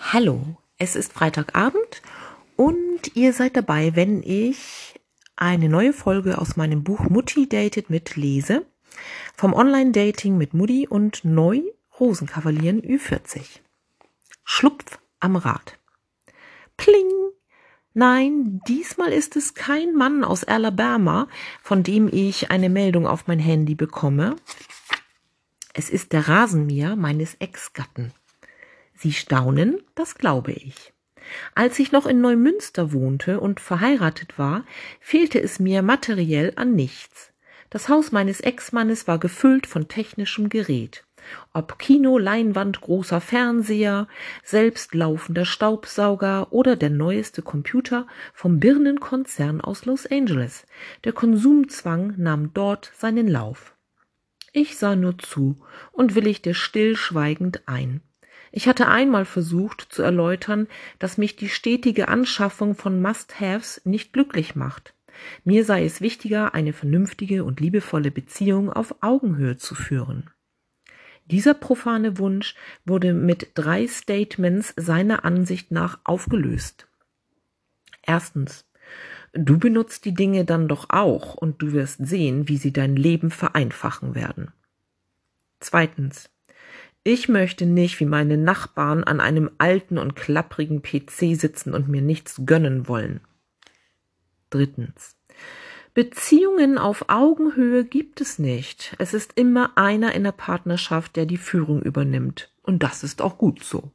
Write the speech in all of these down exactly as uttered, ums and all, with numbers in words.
Hallo, es ist Freitagabend und ihr seid dabei, wenn ich eine neue Folge aus meinem Buch Mutti datet mit lese, vom Online-Dating mit Mutti und neu Rosenkavalieren Ü vierzig. Schlupf am Rad. Pling! Nein, diesmal ist es kein Mann aus Alabama, von dem ich eine Meldung auf mein Handy bekomme. Es ist der Rasenmäher meines Ex-Gatten. Sie staunen, das glaube ich. Als ich noch in Neumünster wohnte und verheiratet war, fehlte es mir materiell an nichts. Das Haus meines Ex-Mannes war gefüllt von technischem Gerät. Ob Kino, Leinwand, großer Fernseher, selbstlaufender Staubsauger oder der neueste Computer vom Birnenkonzern aus Los Angeles. Der Konsumzwang nahm dort seinen Lauf. Ich sah nur zu und willigte stillschweigend ein. Ich hatte einmal versucht zu erläutern, dass mich die stetige Anschaffung von Must-Haves nicht glücklich macht. Mir sei es wichtiger, eine vernünftige und liebevolle Beziehung auf Augenhöhe zu führen. Dieser profane Wunsch wurde mit drei Statements seiner Ansicht nach aufgelöst. Erstens: Du benutzt die Dinge dann doch auch und du wirst sehen, wie sie dein Leben vereinfachen werden. Zweitens: Ich möchte nicht wie meine Nachbarn an einem alten und klapprigen P C sitzen und mir nichts gönnen wollen. Drittens: Beziehungen auf Augenhöhe gibt es nicht. Es ist immer einer in der Partnerschaft, der die Führung übernimmt. Und das ist auch gut so.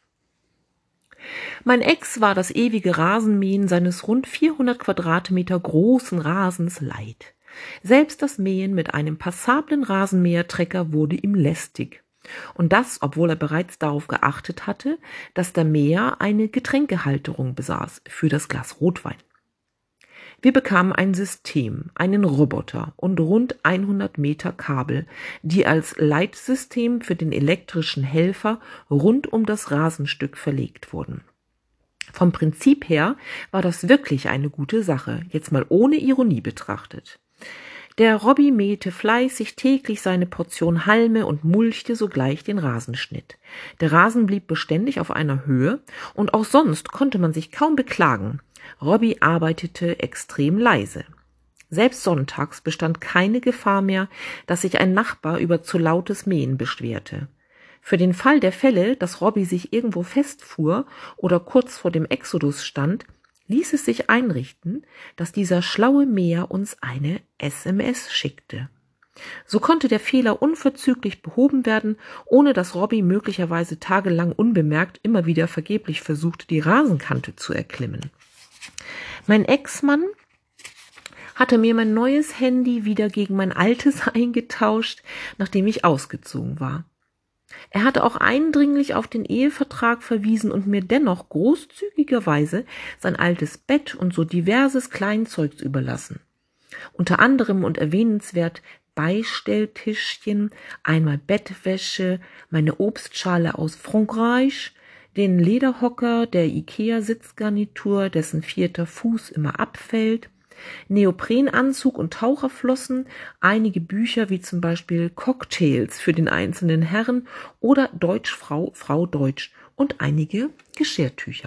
Mein Ex war das ewige Rasenmähen seines rund vierhundert Quadratmeter großen Rasens leid. Selbst das Mähen mit einem passablen Rasenmähertrecker wurde ihm lästig. Und das, obwohl er bereits darauf geachtet hatte, dass der Mäher eine Getränkehalterung besaß für das Glas Rotwein. Wir bekamen ein System, einen Roboter und rund hundert Meter Kabel, die als Leitsystem für den elektrischen Helfer rund um das Rasenstück verlegt wurden. Vom Prinzip her war das wirklich eine gute Sache, jetzt mal ohne Ironie betrachtet. Der Robby mähte fleißig täglich seine Portion Halme und mulchte sogleich den Rasenschnitt. Der Rasen blieb beständig auf einer Höhe und auch sonst konnte man sich kaum beklagen. Robby arbeitete extrem leise. Selbst sonntags bestand keine Gefahr mehr, dass sich ein Nachbar über zu lautes Mähen beschwerte. Für den Fall der Fälle, dass Robby sich irgendwo festfuhr oder kurz vor dem Exodus stand, ließ es sich einrichten, dass dieser schlaue Mäher uns eine S M S schickte. So konnte der Fehler unverzüglich behoben werden, ohne dass Robby möglicherweise tagelang unbemerkt immer wieder vergeblich versuchte, die Rasenkante zu erklimmen. Mein Ex-Mann hatte mir mein neues Handy wieder gegen mein altes eingetauscht, nachdem ich ausgezogen war. Er hatte auch eindringlich auf den Ehevertrag verwiesen und mir dennoch großzügigerweise sein altes Bett und so diverses Kleinzeugs überlassen. Unter anderem und erwähnenswert Beistelltischchen, einmal Bettwäsche, meine Obstschale aus Frankreich, den Lederhocker der Ikea-Sitzgarnitur, dessen vierter Fuß immer abfällt, Neoprenanzug und Taucherflossen, einige Bücher wie zum Beispiel Cocktails für den einzelnen Herren oder Deutschfrau, Frau Deutsch und einige Geschirrtücher.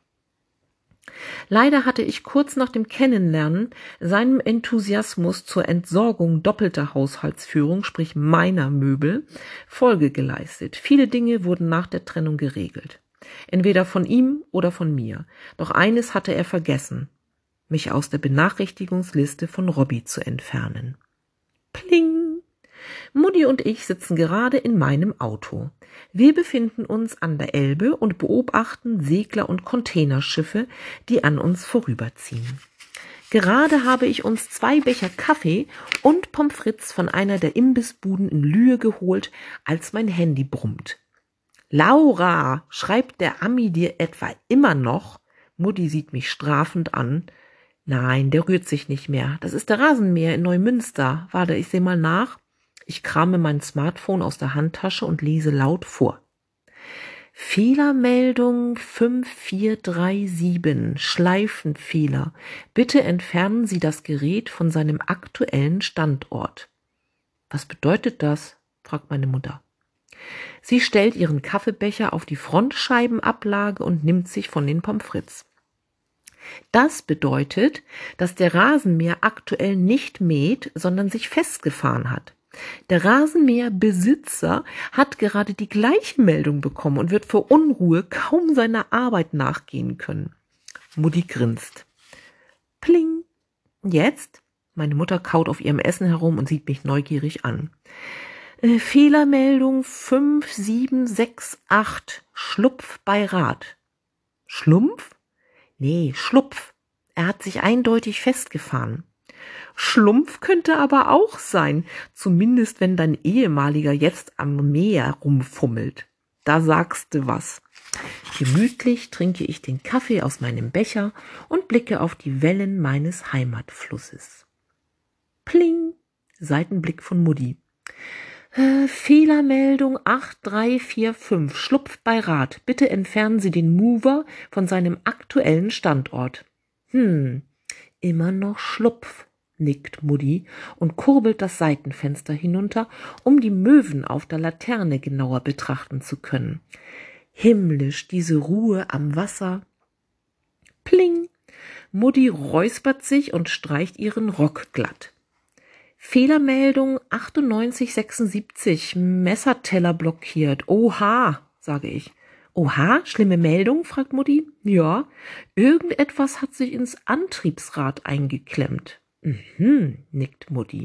Leider hatte ich kurz nach dem Kennenlernen seinem Enthusiasmus zur Entsorgung doppelter Haushaltsführung, sprich meiner Möbel, Folge geleistet. Viele Dinge wurden nach der Trennung geregelt. Entweder von ihm oder von mir. Doch eines hatte er vergessen: mich aus der Benachrichtigungsliste von Robby zu entfernen. Pling! Mutti und ich sitzen gerade in meinem Auto. Wir befinden uns an der Elbe und beobachten Segler und Containerschiffe, die an uns vorüberziehen. Gerade habe ich uns zwei Becher Kaffee und Pommes frites von einer der Imbissbuden in Lühe geholt, als mein Handy brummt. Laura, schreibt der Ami dir etwa immer noch? Mutti sieht mich strafend an. Nein, der rührt sich nicht mehr. Das ist der Rasenmäher in Neumünster. Warte, ich sehe mal nach. Ich krame mein Smartphone aus der Handtasche und lese laut vor. Fehlermeldung fünf vier drei sieben, Schleifenfehler. Bitte entfernen Sie das Gerät von seinem aktuellen Standort. Was bedeutet das? Fragt meine Mutter. Sie stellt ihren Kaffeebecher auf die Frontscheibenablage und nimmt sich von den Pommes frites. Das bedeutet, dass der Rasenmäher aktuell nicht mäht, sondern sich festgefahren hat. Der Rasenmäherbesitzer hat gerade die gleiche Meldung bekommen und wird vor Unruhe kaum seiner Arbeit nachgehen können. Mutti grinst. Pling. Jetzt? Meine Mutter kaut auf ihrem Essen herum und sieht mich neugierig an. Äh, Fehlermeldung fünf sieben sechs acht. Schlupf bei Rad. Schlumpf? Nee, Schlupf. Er hat sich eindeutig festgefahren. Schlumpf könnte aber auch sein, zumindest wenn dein ehemaliger jetzt am Meer rumfummelt. Da sagst du was. Gemütlich trinke ich den Kaffee aus meinem Becher und blicke auf die Wellen meines Heimatflusses. Pling, Seitenblick von Mutti. Äh, Fehlermeldung acht drei vier fünf, Schlupf bei Rad. Bitte entfernen Sie den Mover von seinem aktuellen Standort. Hm, immer noch Schlupf, nickt Mutti und kurbelt das Seitenfenster hinunter, um die Möwen auf der Laterne genauer betrachten zu können. Himmlisch diese Ruhe am Wasser. Pling, Mutti räuspert sich und streicht ihren Rock glatt. Fehlermeldung achtundneunzig sechsundsiebzig, Messerteller blockiert. Oha, sage ich. Oha, schlimme Meldung, fragt Mutti. Ja, irgendetwas hat sich ins Antriebsrad eingeklemmt. Mhm, nickt Mutti.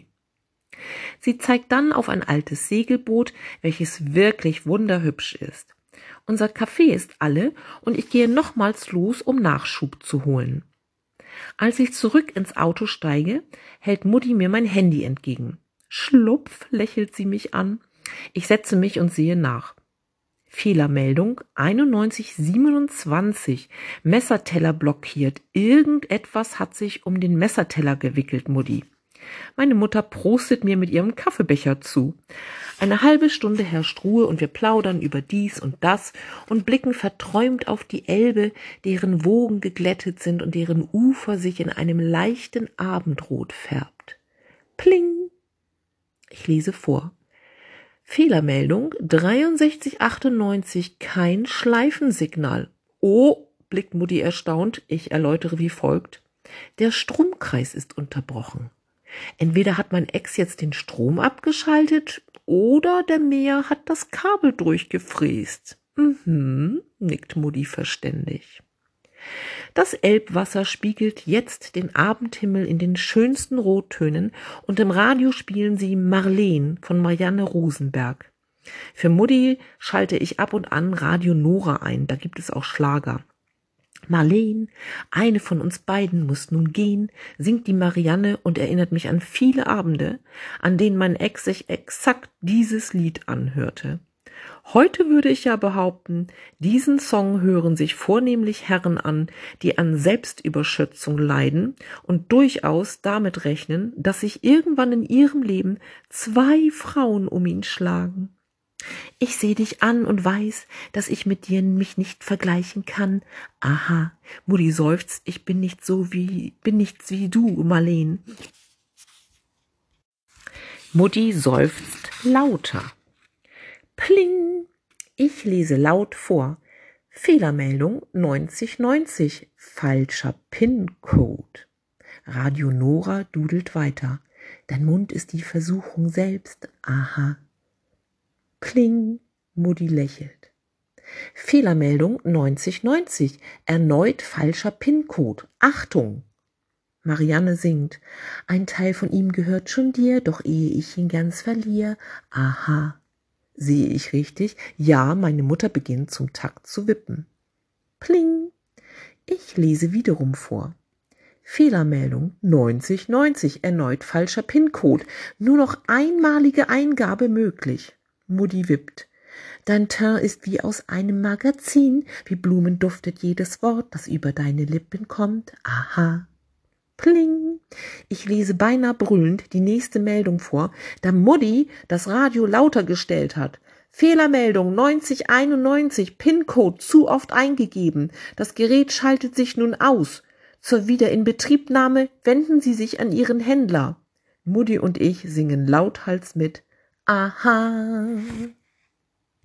Sie zeigt dann auf ein altes Segelboot, welches wirklich wunderhübsch ist. Unser Kaffee ist alle und ich gehe nochmals los, um Nachschub zu holen. Als ich zurück ins Auto steige, hält Mutti mir mein Handy entgegen. Schlupf, lächelt sie mich an. Ich setze mich und sehe nach. Fehlermeldung einundneunzig siebenundzwanzig. Messerteller blockiert. Irgendetwas hat sich um den Messerteller gewickelt, Mutti. Meine Mutter prostet mir mit ihrem Kaffeebecher zu. Eine halbe Stunde herrscht Ruhe und wir plaudern über dies und das und blicken verträumt auf die Elbe, deren Wogen geglättet sind und deren Ufer sich in einem leichten Abendrot färbt. Pling! Ich lese vor. Fehlermeldung dreiundsechzig achtundneunzig, kein Schleifensignal. Oh, blickt Mutti erstaunt. Ich erläutere wie folgt. Der Stromkreis ist unterbrochen. Entweder hat mein Ex jetzt den Strom abgeschaltet oder der Mäher hat das Kabel durchgefräst. Mhm, nickt Mutti verständig. Das Elbwasser spiegelt jetzt den Abendhimmel in den schönsten Rottönen und im Radio spielen sie Marleen von Marianne Rosenberg. Für Mutti schalte ich ab und an Radio Nora ein, da gibt es auch Schlager. Marleen, eine von uns beiden muss nun gehen, singt die Marianne und erinnert mich an viele Abende, an denen mein Ex sich exakt dieses Lied anhörte. Heute würde ich ja behaupten, diesen Song hören sich vornehmlich Herren an, die an Selbstüberschätzung leiden und durchaus damit rechnen, dass sich irgendwann in ihrem Leben zwei Frauen um ihn schlagen. Ich sehe dich an und weiß, dass ich mit dir mich nicht vergleichen kann. Aha, Mutti seufzt, ich bin nicht so wie, bin nichts wie du, Marleen. Mutti seufzt lauter. Pling! Ich lese laut vor. Fehlermeldung neunzig neunzig, falscher PIN-Code. Radio Nora dudelt weiter. Dein Mund ist die Versuchung selbst. Aha. Pling, Mutti lächelt. Fehlermeldung neunzig neunzig, erneut falscher PIN-Code. Achtung! Marianne singt. Ein Teil von ihm gehört schon dir, doch ehe ich ihn ganz verliere. Aha. Sehe ich richtig? Ja, meine Mutter beginnt zum Takt zu wippen. Pling! Ich lese wiederum vor. Fehlermeldung neunzig neunzig, erneut falscher PIN-Code. Nur noch einmalige Eingabe möglich. Mutti wippt. Dein Teint ist wie aus einem Magazin, wie Blumen duftet jedes Wort, das über deine Lippen kommt. Aha. Pling! Ich lese beinahe brüllend die nächste Meldung vor, da Mutti das Radio lauter gestellt hat. Fehlermeldung neunzig einundneunzig, PIN-Code zu oft eingegeben. Das Gerät schaltet sich nun aus. Zur Wiederinbetriebnahme wenden Sie sich an Ihren Händler. Mutti und ich singen lauthals mit. Aha.